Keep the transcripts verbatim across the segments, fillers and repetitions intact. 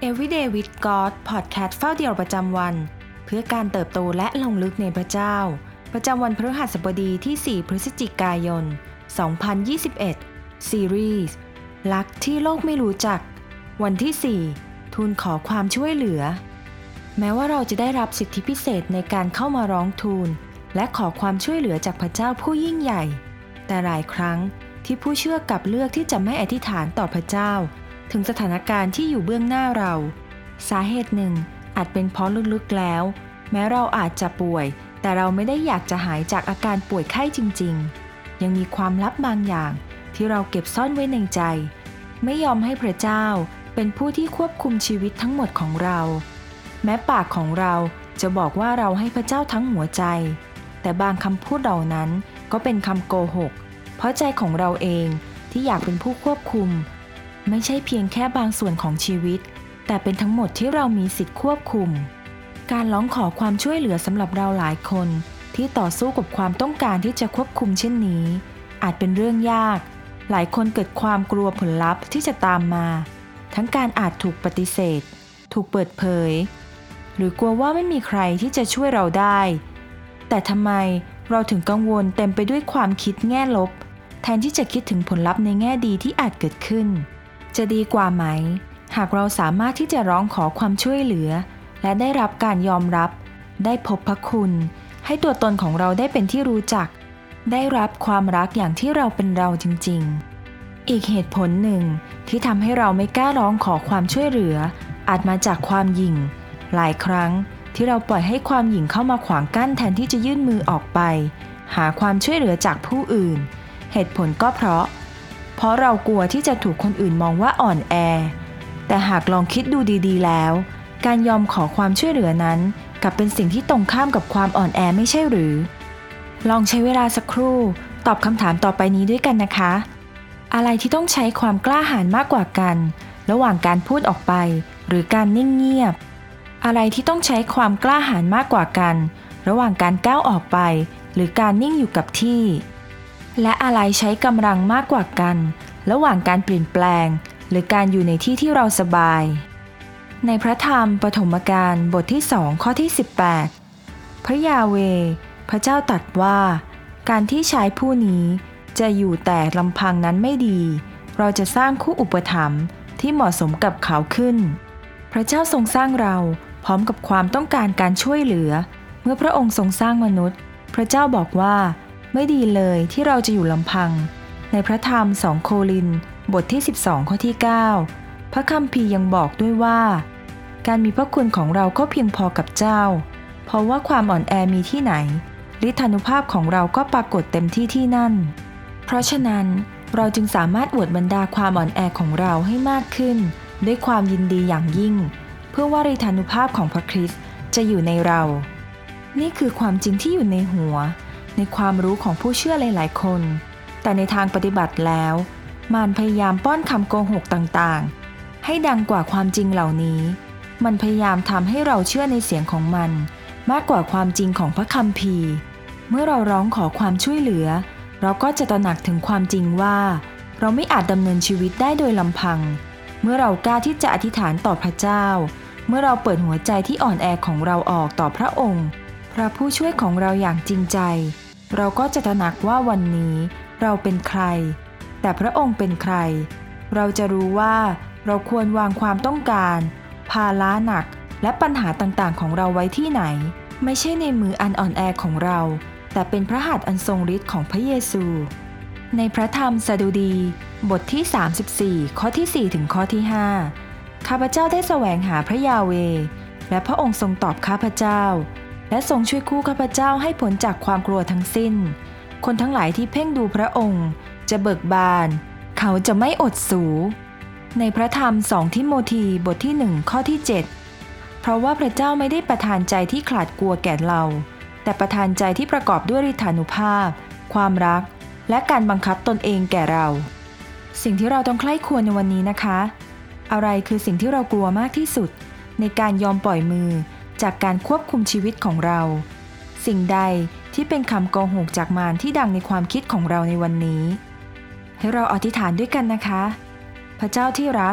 Everyday with God Podcast เฝ้าเดี่ยวประจำวันเพื่อการเติบโตและลงลึกในพระเจ้าประจำวันพฤหัสบดีที่สี่พฤศจิกายนสองพันยี่สิบเอ็ดซีรีส์รักที่โลกไม่รู้จักวันที่สี่ทูลขอความช่วยเหลือแม้ว่าเราจะได้รับสิทธิพิเศษในการเข้ามาร้องทูลและขอความช่วยเหลือจากพระเจ้าผู้ยิ่งใหญ่แต่หลายครั้งที่ผู้เชื่อกลับเลือกที่จะไม่อธิษฐานต่อพระเจ้าถึงสถานการณ์ที่อยู่เบื้องหน้าเราสาเหตุหนึ่งอาจเป็นเพราะลึกๆแล้วแม้เราอาจจะป่วยแต่เราไม่ได้อยากจะหายจากอาการป่วยไข้จริงๆยังมีความลับบางอย่างที่เราเก็บซ่อนไว้ในใจไม่ยอมให้พระเจ้าเป็นผู้ที่ควบคุมชีวิตทั้งหมดของเราแม้ปากของเราจะบอกว่าเราให้พระเจ้าทั้งหัวใจแต่บางคำพูดเหล่านั้นก็เป็นคำโกหกเพราะใจของเราเองที่อยากเป็นผู้ควบคุมไม่ใช่เพียงแค่บางส่วนของชีวิตแต่เป็นทั้งหมดที่เรามีสิทธิ์ควบคุมการร้องขอความช่วยเหลือสำหรับเราหลายคนที่ต่อสู้กับความต้องการที่จะควบคุมเช่นนี้อาจเป็นเรื่องยากหลายคนเกิดความกลัวผลลัพธ์ที่จะตามมาทั้งการอาจถูกปฏิเสธถูกเปิดเผยหรือกลัวว่าไม่มีใครที่จะช่วยเราได้แต่ทำไมเราถึงกังวลเต็มไปด้วยความคิดแง่ลบแทนที่จะคิดถึงผลลัพธ์ในแง่ดีที่อาจเกิดขึ้นจะดีกว่าไหมหากเราสามารถที่จะร้องขอความช่วยเหลือและได้รับการยอมรับได้พบพระคุณให้ตัวตนของเราได้เป็นที่รู้จักได้รับความรักอย่างที่เราเป็นเราจริงๆอีกเหตุผลหนึ่งที่ทำให้เราไม่กล้าร้องขอความช่วยเหลืออาจมาจากความหยิ่งหลายครั้งที่เราปล่อยให้ความหยิ่งเข้ามาขวางกั้นแทนที่จะยื่นมือออกไปหาความช่วยเหลือจากผู้อื่นเหตุผลก็เพราะเพราะเรากลัวที่จะถูกคนอื่นมองว่าอ่อนแอแต่หากลองคิดดูดีๆแล้วการยอมขอความช่วยเหลือนั้นกลับเป็นสิ่งที่ตรงข้ามกับความอ่อนแอไม่ใช่หรือลองใช้เวลาสักครู่ตอบคำถามต่อไปนี้ด้วยกันนะคะอะไรที่ต้องใช้ความกล้าหาญมากกว่ากันระหว่างการพูดออกไปหรือการนิ่งเงียบอะไรที่ต้องใช้ความกล้าหาญมากกว่ากันระหว่างการก้าวออกไปหรือการนิ่งอยู่กับที่และอะไรใช้กำลังมากกว่ากันระหว่างการเปลี่ยนแปลงหรือการอยู่ในที่ที่เราสบายในพระธรรมปฐมกาลบทที่สองข้อที่สิบแปดพระยาเวห์พระเจ้าตรัสว่าการที่ชายผู้นี้จะอยู่แต่ลำพังนั้นไม่ดีเราจะสร้างคู่อุปถัมภ์ที่เหมาะสมกับเขาขึ้นพระเจ้าทรงสร้างเราพร้อมกับความต้องการการช่วยเหลือเมื่อพระองค์ทรงสร้างมนุษย์พระเจ้าบอกว่าไม่ดีเลยที่เราจะอยู่ลำพังในพระธรรมสองโครินธ์บทที่สิบสองข้อที่เก้าพระคัมภีร์ยังบอกด้วยว่าการมีพระคุณของเราก็เพียงพอกับเจ้าเพราะว่าความอ่อนแอมีที่ไหนฤทธานุภาพของเราก็ปรากฏเต็มที่ที่นั่นเพราะฉะนั้นเราจึงสามารถอวดบรรดาความอ่อนแอของเราให้มากขึ้นด้วยความยินดีอย่างยิ่งเพื่อว่าฤทธานุภาพของพระคริสต์จะอยู่ในเรานี่คือความจริงที่อยู่ในหัวในความรู้ของผู้เชื่อหลายๆคนแต่ในทางปฏิบัติแล้วมารพยายามป้อนคำโกหกต่างๆให้ดังกว่าความจริงเหล่านี้มันพยายามทำให้เราเชื่อในเสียงของมันมากกว่าความจริงของพระคัมภีร์เมื่อเราร้องขอความช่วยเหลือเราก็จะตระหนักถึงความจริงว่าเราไม่อาจดำเนินชีวิตได้โดยลำพังเมื่อเรากล้าที่จะอธิษฐานต่อพระเจ้าเมื่อเราเปิดหัวใจที่อ่อนแอของเราออกต่อพระองค์พระผู้ช่วยของเราอย่างจริงใจเราก็จะตระหนักว่าวันนี้เราเป็นใครแต่พระองค์เป็นใครเราจะรู้ว่าเราควรวางความต้องการภาระหนักและปัญหาต่างๆของเราไว้ที่ไหนไม่ใช่ในมืออันอ่อนแอของเราแต่เป็นพระหัตถ์อันทรงฤทธิ์ของพระเยซูในพระธรรมสดุดีบทที่สามสิบสี่ข้อที่สี่ถึงข้อที่ห้าข้าพเจ้าได้แสวงหาพระยาเวห์และพระองค์ทรงตอบข้าพเจ้าและทรงช่วยคู่ข้าพเจ้าให้พ้นจากความกลัวทั้งสิ้นคนทั้งหลายที่เพ่งดูพระองค์จะเบิกบานเขาจะไม่อดสูในพระธรรมสองทิโมธีบทที่หนึ่งข้อที่เจ็ดเพราะว่าพระเจ้าไม่ได้ประทานใจที่ขลาดกลัวแก่เราแต่ประทานใจที่ประกอบด้วยฤทธานุภาพความรักและการบังคับตนเองแก่เราสิ่งที่เราต้องใคร่ครวญในวันนี้นะคะอะไรคือสิ่งที่เรากลัวมากที่สุดในการยอมปล่อยมือจากการควบคุมชีวิตของเราสิ่งใดที่เป็นคำโกหกจากมารที่ดังในความคิดของเราในวันนี้ให้เราอธิษฐานด้วยกันนะคะพระเจ้าที่รัก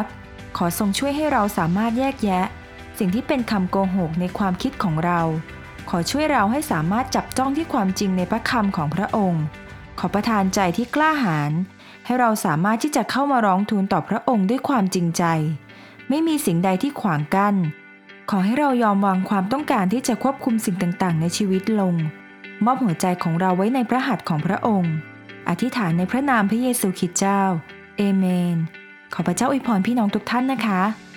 ขอทรงช่วยให้เราสามารถแยกแยะสิ่งที่เป็นคำโกหกในความคิดของเราขอช่วยเราให้สามารถจับจ้องที่ความจริงในพระคำของพระองค์ขอประทานใจที่กล้าหาญให้เราสามารถที่จะเข้ามาร้องทูลต่อพระองค์ด้วยความจริงใจไม่มีสิ่งใดที่ขวางกั้นขอให้เรายอมวางความต้องการที่จะควบคุมสิ่งต่างๆในชีวิตลงมอบหัวใจของเราไว้ในพระหัตถ์ของพระองค์อธิษฐานในพระนามพระเยซูคริสต์เจ้าเอเมนขอพระเจ้าอวยพรพี่น้องทุกท่านนะคะ